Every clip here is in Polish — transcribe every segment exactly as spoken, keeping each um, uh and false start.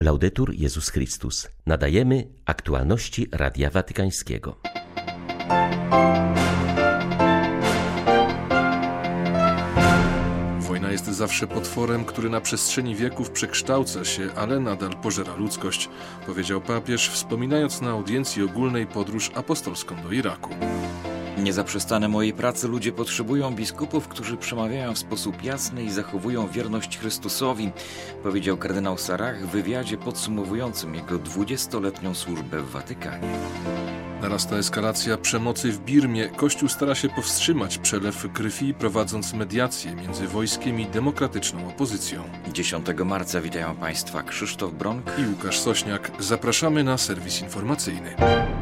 Laudetur Jezus Chrystus. Nadajemy aktualności Radia Watykańskiego. Wojna jest zawsze potworem, który na przestrzeni wieków przekształca się, ale nadal pożera ludzkość, powiedział papież, wspominając na audiencji ogólnej podróż apostolską do Iraku. Nie zaprzestanę mojej pracy ludzie potrzebują biskupów, którzy przemawiają w sposób jasny i zachowują wierność Chrystusowi, powiedział kardynał Sarah w wywiadzie podsumowującym jego dwudziestoletnią służbę w Watykanie. Narasta eskalacja przemocy w Birmie. Kościół stara się powstrzymać przelew krwi, prowadząc mediację między wojskiem i demokratyczną opozycją. dziesiątego marca witają Państwa Krzysztof Bronk i Łukasz Sośniak. Zapraszamy na serwis informacyjny.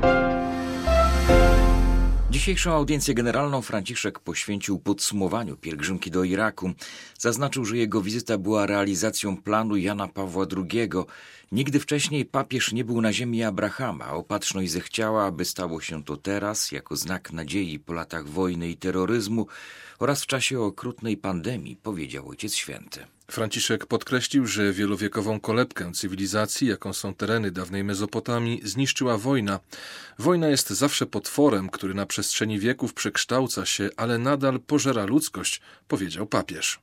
Dzisiejszą audiencję generalną Franciszek poświęcił podsumowaniu pielgrzymki do Iraku. Zaznaczył, że jego wizyta była realizacją planu Jana Pawła drugiego. Nigdy wcześniej papież nie był na ziemi Abrahama, a opatrzność zechciała, aby stało się to teraz, jako znak nadziei po latach wojny i terroryzmu oraz w czasie okrutnej pandemii, powiedział Ojciec Święty. Franciszek podkreślił, że wielowiekową kolebkę cywilizacji, jaką są tereny dawnej Mezopotamii, zniszczyła wojna. Wojna jest zawsze potworem, który na przestrzeni wieków przekształca się, ale nadal pożera ludzkość, powiedział papież.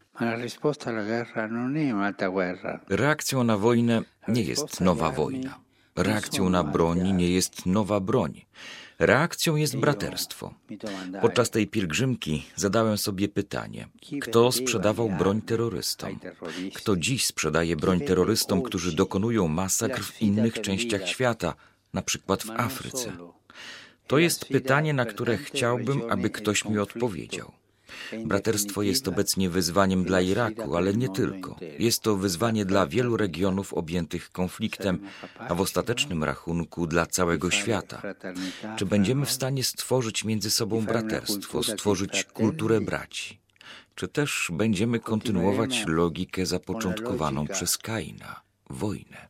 Reakcją na wojnę nie jest nowa wojna. Reakcją na broń nie jest nowa broń. Reakcją jest braterstwo. Podczas tej pielgrzymki zadałem sobie pytanie, kto sprzedawał broń terrorystom? Kto dziś sprzedaje broń terrorystom, którzy dokonują masakr w innych częściach świata, na przykład w Afryce? To jest pytanie, na które chciałbym, aby ktoś mi odpowiedział. Braterstwo jest obecnie wyzwaniem dla Iraku, ale nie tylko. Jest to wyzwanie dla wielu regionów objętych konfliktem, a w ostatecznym rachunku dla całego świata. Czy będziemy w stanie stworzyć między sobą braterstwo, stworzyć kulturę braci? Czy też będziemy kontynuować logikę zapoczątkowaną przez Kaina, wojnę?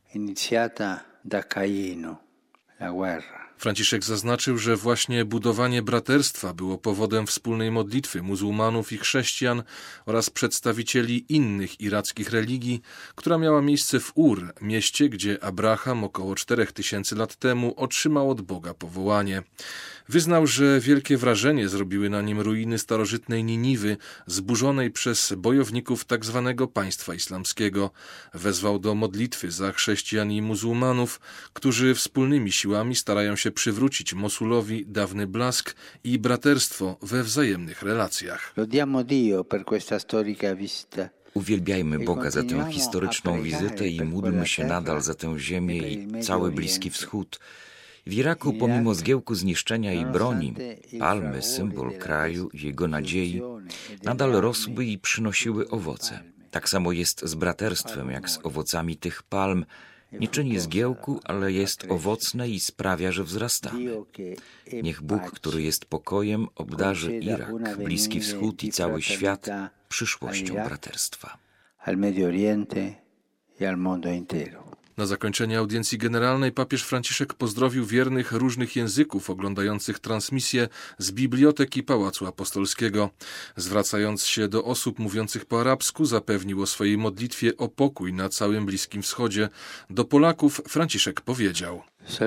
Franciszek zaznaczył, że właśnie budowanie braterstwa było powodem wspólnej modlitwy muzułmanów i chrześcijan oraz przedstawicieli innych irackich religii, która miała miejsce w Ur, mieście, gdzie Abraham około czterech tysięcy lat temu otrzymał od Boga powołanie. Wyznał, że wielkie wrażenie zrobiły na nim ruiny starożytnej Niniwy, zburzonej przez bojowników tzw. państwa islamskiego. Wezwał do modlitwy za chrześcijan i muzułmanów, którzy wspólnymi siłami starają się przywrócić Mosulowi dawny blask i braterstwo we wzajemnych relacjach. Uwielbiajmy Boga za tę historyczną wizytę i módlmy się nadal za tę ziemię i cały Bliski Wschód. W Iraku, pomimo zgiełku zniszczenia i broni, palmy, symbol kraju i jego nadziei, nadal rosły i przynosiły owoce. Tak samo jest z braterstwem, jak z owocami tych palm. Nie czyni zgiełku, ale jest owocne i sprawia, że wzrastamy. Niech Bóg, który jest pokojem, obdarzy Irak, Bliski Wschód i cały świat przyszłością braterstwa. Na zakończenie audiencji generalnej papież Franciszek pozdrowił wiernych różnych języków oglądających transmisję z biblioteki Pałacu Apostolskiego. Zwracając się do osób mówiących po arabsku, zapewnił o swojej modlitwie o pokój na całym Bliskim Wschodzie. Do Polaków Franciszek powiedział: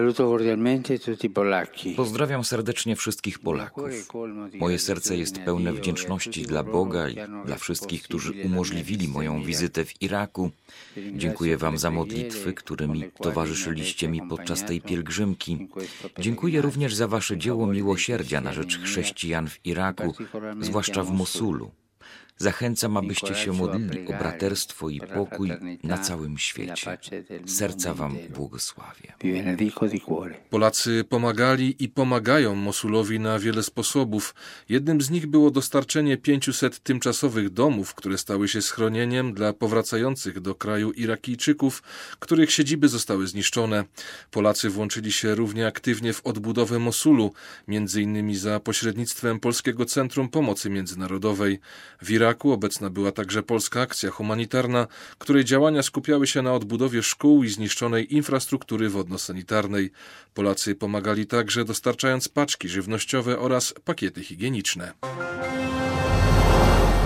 Pozdrawiam serdecznie wszystkich Polaków. Moje serce jest pełne wdzięczności dla Boga i dla wszystkich, którzy umożliwili moją wizytę w Iraku. Dziękuję Wam za modlitwy, którymi towarzyszyliście mi podczas tej pielgrzymki. Dziękuję również za Wasze dzieło miłosierdzia na rzecz chrześcijan w Iraku, zwłaszcza w Mosulu. Zachęcam, abyście się modlili o braterstwo i pokój na całym świecie. Serca Wam błogosławię. Polacy pomagali i pomagają Mosulowi na wiele sposobów. Jednym z nich było dostarczenie pięciuset tymczasowych domów, które stały się schronieniem dla powracających do kraju Irakijczyków, których siedziby zostały zniszczone. Polacy włączyli się równie aktywnie w odbudowę Mosulu, między innymi za pośrednictwem Polskiego Centrum Pomocy Międzynarodowej. W Iraku obecna była także polska akcja humanitarna, której działania skupiały się na odbudowie szkół i zniszczonej infrastruktury wodno-sanitarnej. Polacy pomagali także dostarczając paczki żywnościowe oraz pakiety higieniczne.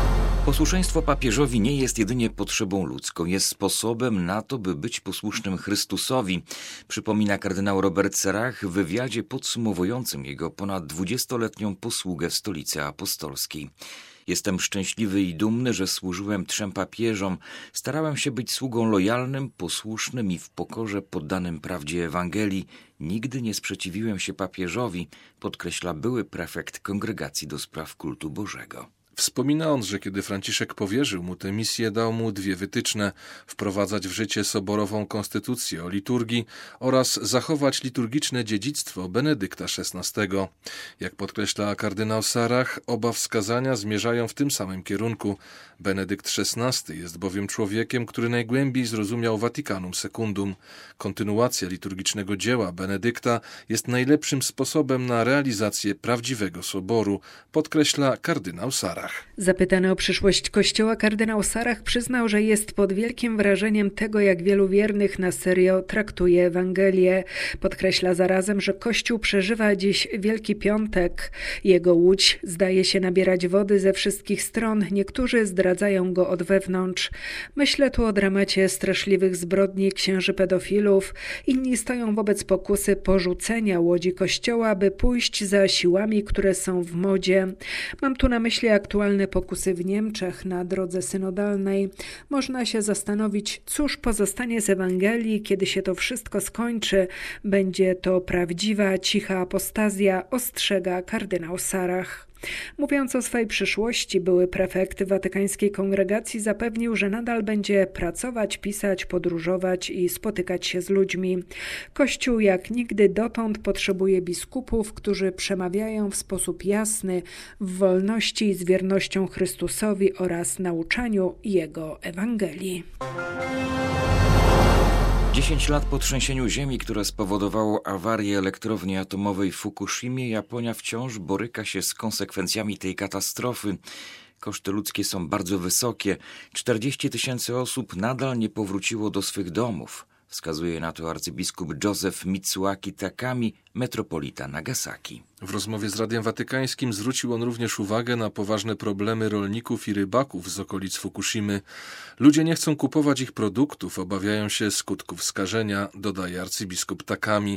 Posłuszeństwo papieżowi nie jest jedynie potrzebą ludzką, jest sposobem na to, by być posłusznym Chrystusowi, przypomina kardynał Robert Serach w wywiadzie podsumowującym jego ponad dwudziestoletnią posługę w Stolicy Apostolskiej. Jestem szczęśliwy i dumny, że służyłem trzem papieżom. Starałem się być sługą lojalnym, posłusznym i w pokorze poddanym prawdzie Ewangelii. Nigdy nie sprzeciwiłem się papieżowi, podkreśla były prefekt Kongregacji do Spraw Kultu Bożego. Wspomina on, że kiedy Franciszek powierzył mu tę misję, dał mu dwie wytyczne: wprowadzać w życie soborową konstytucję o liturgii oraz zachować liturgiczne dziedzictwo Benedykta szesnastego. Jak podkreśla kardynał Sarach, oba wskazania zmierzają w tym samym kierunku. Benedykt szesnasty jest bowiem człowiekiem, który najgłębiej zrozumiał Vaticanum Secundum. Kontynuacja liturgicznego dzieła Benedykta jest najlepszym sposobem na realizację prawdziwego soboru, podkreśla kardynał Sarach. Zapytany o przyszłość Kościoła, kardynał Sarach przyznał, że jest pod wielkim wrażeniem tego, jak wielu wiernych na serio traktuje Ewangelię. Podkreśla zarazem, że Kościół przeżywa dziś Wielki Piątek. Jego łódź zdaje się nabierać wody ze wszystkich stron. Niektórzy zdradzają go od wewnątrz. Myślę tu o dramacie straszliwych zbrodni księży pedofilów. Inni stoją wobec pokusy porzucenia łodzi Kościoła, by pójść za siłami, które są w modzie. Mam tu na myśli aktualnie Aktualne pokusy w Niemczech na drodze synodalnej. Można się zastanowić, cóż pozostanie z Ewangelii, kiedy się to wszystko skończy. Będzie to prawdziwa, cicha apostazja, ostrzega kardynał Sarach. Mówiąc o swej przyszłości, były prefekt watykańskiej kongregacji zapewnił, że nadal będzie pracować, pisać, podróżować i spotykać się z ludźmi. Kościół jak nigdy dotąd potrzebuje biskupów, którzy przemawiają w sposób jasny w wolności i z wiernością Chrystusowi oraz nauczaniu Jego Ewangelii. Dziesięć lat po trzęsieniu ziemi, które spowodowało awarię elektrowni atomowej w Fukushimie, Japonia wciąż boryka się z konsekwencjami tej katastrofy. Koszty ludzkie są bardzo wysokie. czterdzieści tysięcy osób nadal nie powróciło do swych domów. Wskazuje na to arcybiskup Joseph Mitsuaki Takami, metropolita Nagasaki. W rozmowie z Radiem Watykańskim zwrócił on również uwagę na poważne problemy rolników i rybaków z okolic Fukushimy. Ludzie nie chcą kupować ich produktów, obawiają się skutków skażenia, dodaje arcybiskup Takami.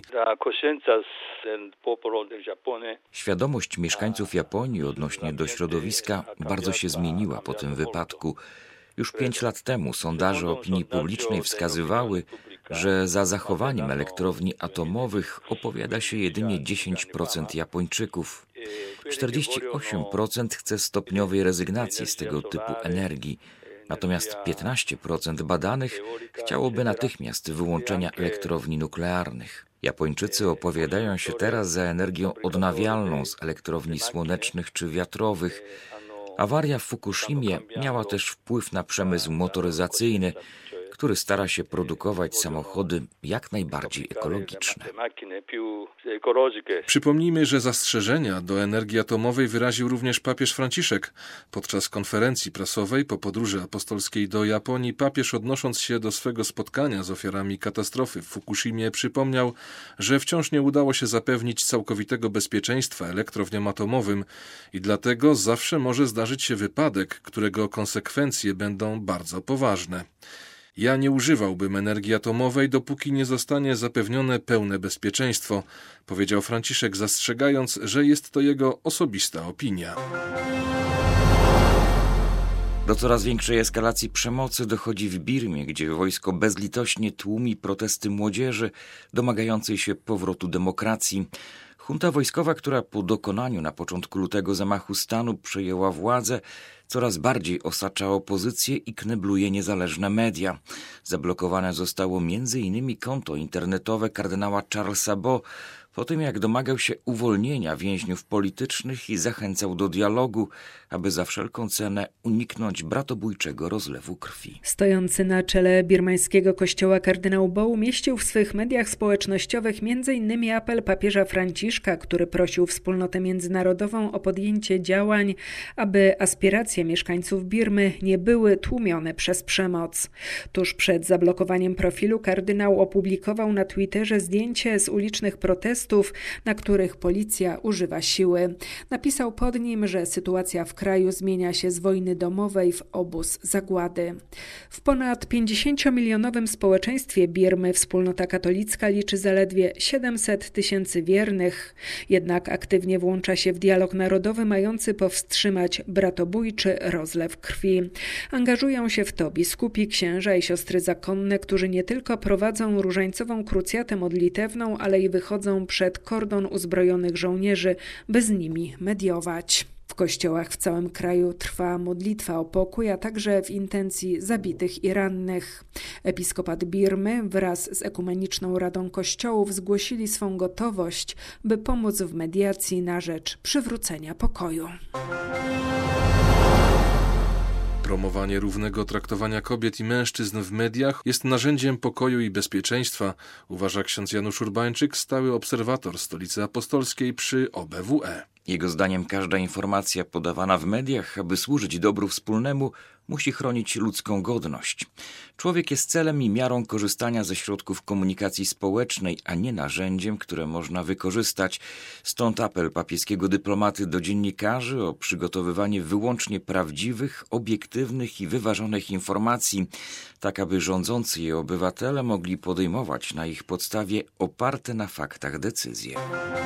Świadomość mieszkańców Japonii odnośnie do środowiska bardzo się zmieniła po tym wypadku. Już pięć lat temu sondaże opinii publicznej wskazywały, że za zachowaniem elektrowni atomowych opowiada się jedynie dziesięć procent Japończyków. czterdzieści osiem procent chce stopniowej rezygnacji z tego typu energii, natomiast piętnaście procent badanych chciałoby natychmiast wyłączenia elektrowni nuklearnych. Japończycy opowiadają się teraz za energią odnawialną z elektrowni słonecznych czy wiatrowych. Awaria w Fukushimie miała też wpływ na przemysł motoryzacyjny, który stara się produkować samochody jak najbardziej ekologiczne. Przypomnijmy, że zastrzeżenia do energii atomowej wyraził również papież Franciszek. Podczas konferencji prasowej po podróży apostolskiej do Japonii papież, odnosząc się do swego spotkania z ofiarami katastrofy w Fukushimie, przypomniał, że wciąż nie udało się zapewnić całkowitego bezpieczeństwa elektrowniom atomowym i dlatego zawsze może zdarzyć się wypadek, którego konsekwencje będą bardzo poważne. Ja nie używałbym energii atomowej, dopóki nie zostanie zapewnione pełne bezpieczeństwo, powiedział Franciszek, zastrzegając, że jest to jego osobista opinia. Do coraz większej eskalacji przemocy dochodzi w Birmie, gdzie wojsko bezlitośnie tłumi protesty młodzieży domagającej się powrotu demokracji. Junta wojskowa, która po dokonaniu na początku lutego zamachu stanu przejęła władzę, coraz bardziej osacza opozycję i knebluje niezależne media. Zablokowane zostało między innymi konto internetowe kardynała Charlesa Bo, po tym jak domagał się uwolnienia więźniów politycznych i zachęcał do dialogu, aby za wszelką cenę uniknąć bratobójczego rozlewu krwi. Stojący na czele birmańskiego kościoła kardynał Bo umieścił w swych mediach społecznościowych między innymi apel papieża Franciszka, który prosił wspólnotę międzynarodową o podjęcie działań, aby aspiracje mieszkańców Birmy nie były tłumione przez przemoc. Tuż przed zablokowaniem profilu kardynał opublikował na Twitterze zdjęcie z ulicznych protestów, protestów, na których policja używa siły. Napisał pod nim, że sytuacja w kraju zmienia się z wojny domowej w obóz zagłady. W ponad pięćdziesięciomilionowym społeczeństwie Birmy wspólnota katolicka liczy zaledwie siedemset tysięcy wiernych, jednak aktywnie włącza się w dialog narodowy mający powstrzymać bratobójczy rozlew krwi. Angażują się w to biskupi, księża i siostry zakonne, którzy nie tylko prowadzą różańcową krucjatę modlitewną, ale i wychodzą przed kordon uzbrojonych żołnierzy, by z nimi mediować. W kościołach w całym kraju trwa modlitwa o pokój, a także w intencji zabitych i rannych. Episkopat Birmy wraz z Ekumeniczną Radą Kościołów zgłosili swą gotowość, by pomóc w mediacji na rzecz przywrócenia pokoju. Promowanie równego traktowania kobiet i mężczyzn w mediach jest narzędziem pokoju i bezpieczeństwa, uważa ksiądz Janusz Urbańczyk, stały obserwator Stolicy Apostolskiej przy O B W E. Jego zdaniem każda informacja podawana w mediach, aby służyć dobru wspólnemu, musi chronić ludzką godność. Człowiek jest celem i miarą korzystania ze środków komunikacji społecznej, a nie narzędziem, które można wykorzystać. Stąd apel papieskiego dyplomaty do dziennikarzy o przygotowywanie wyłącznie prawdziwych, obiektywnych i wyważonych informacji, tak aby rządzący je obywatele mogli podejmować na ich podstawie oparte na faktach decyzje.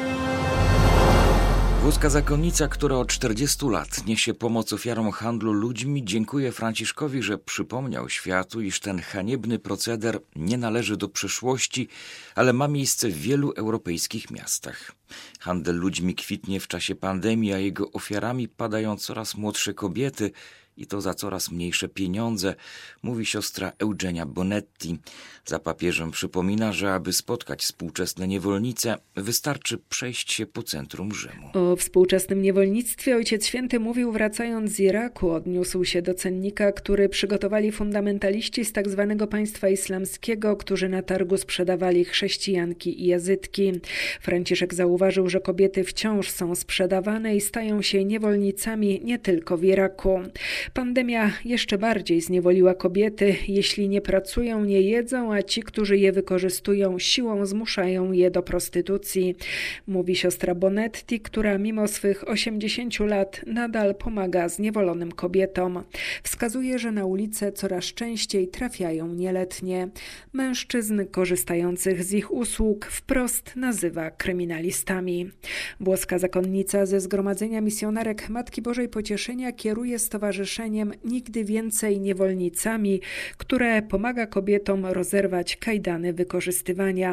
Włoska zakonnica, która od czterdziestu lat niesie pomoc ofiarom handlu ludźmi, dziękuję Franciszkowi, że przypomniał światu, iż ten haniebny proceder nie należy do przeszłości, ale ma miejsce w wielu europejskich miastach. Handel ludźmi kwitnie w czasie pandemii, a jego ofiarami padają coraz młodsze kobiety, i to za coraz mniejsze pieniądze, mówi siostra Eugenia Bonetti. Za papieżem przypomina, że aby spotkać współczesne niewolnice, wystarczy przejść się po centrum Rzymu. O współczesnym niewolnictwie Ojciec Święty mówił, wracając z Iraku. Odniósł się do cennika, który przygotowali fundamentaliści z tak zwanego państwa islamskiego, którzy na targu sprzedawali chrześcijanki i jazytki. Franciszek zauważył, że kobiety wciąż są sprzedawane i stają się niewolnicami nie tylko w Iraku. Pandemia jeszcze bardziej zniewoliła kobiety. Jeśli nie pracują, nie jedzą, a ci, którzy je wykorzystują, siłą zmuszają je do prostytucji, mówi siostra Bonetti, która mimo swych osiemdziesięciu lat nadal pomaga zniewolonym kobietom. Wskazuje, że na ulicę coraz częściej trafiają nieletnie. Mężczyzn korzystających z ich usług wprost nazywa kryminalistami. Włoska zakonnica ze Zgromadzenia Misjonarek Matki Bożej Pocieszenia kieruje stowarzyszeniem Nigdy Więcej Niewolnicami, które pomaga kobietom rozerwać kajdany wykorzystywania.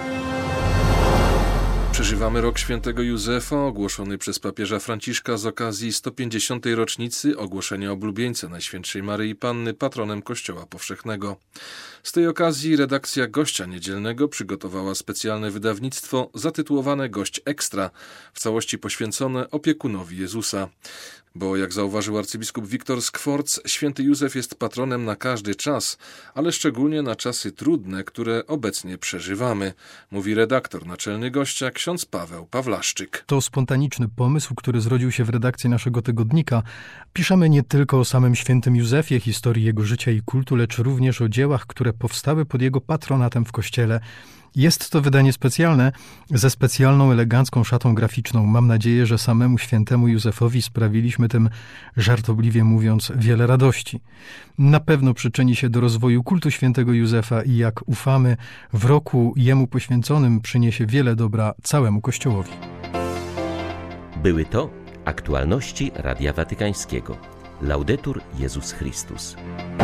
Przeżywamy rok świętego Józefa, ogłoszony przez papieża Franciszka z okazji sto pięćdziesiątej rocznicy ogłoszenia oblubieńca Najświętszej Maryi Panny patronem Kościoła Powszechnego. Z tej okazji redakcja Gościa Niedzielnego przygotowała specjalne wydawnictwo zatytułowane Gość Ekstra, w całości poświęcone opiekunowi Jezusa. Bo jak zauważył arcybiskup Wiktor Skworc, święty Józef jest patronem na każdy czas, ale szczególnie na czasy trudne, które obecnie przeżywamy, mówi redaktor naczelny Gościa ksiądz Paweł Pawlaszczyk. To spontaniczny pomysł, który zrodził się w redakcji naszego tygodnika. Piszemy nie tylko o samym świętym Józefie, historii jego życia i kultu, lecz również o dziełach, które powstały pod jego patronatem w Kościele. Jest to wydanie specjalne, ze specjalną, elegancką szatą graficzną. Mam nadzieję, że samemu świętemu Józefowi sprawiliśmy tym, żartobliwie mówiąc, wiele radości. Na pewno przyczyni się do rozwoju kultu świętego Józefa i jak ufamy, w roku jemu poświęconym przyniesie wiele dobra całemu Kościołowi. Były to aktualności Radia Watykańskiego. Laudetur Jezus Chrystus.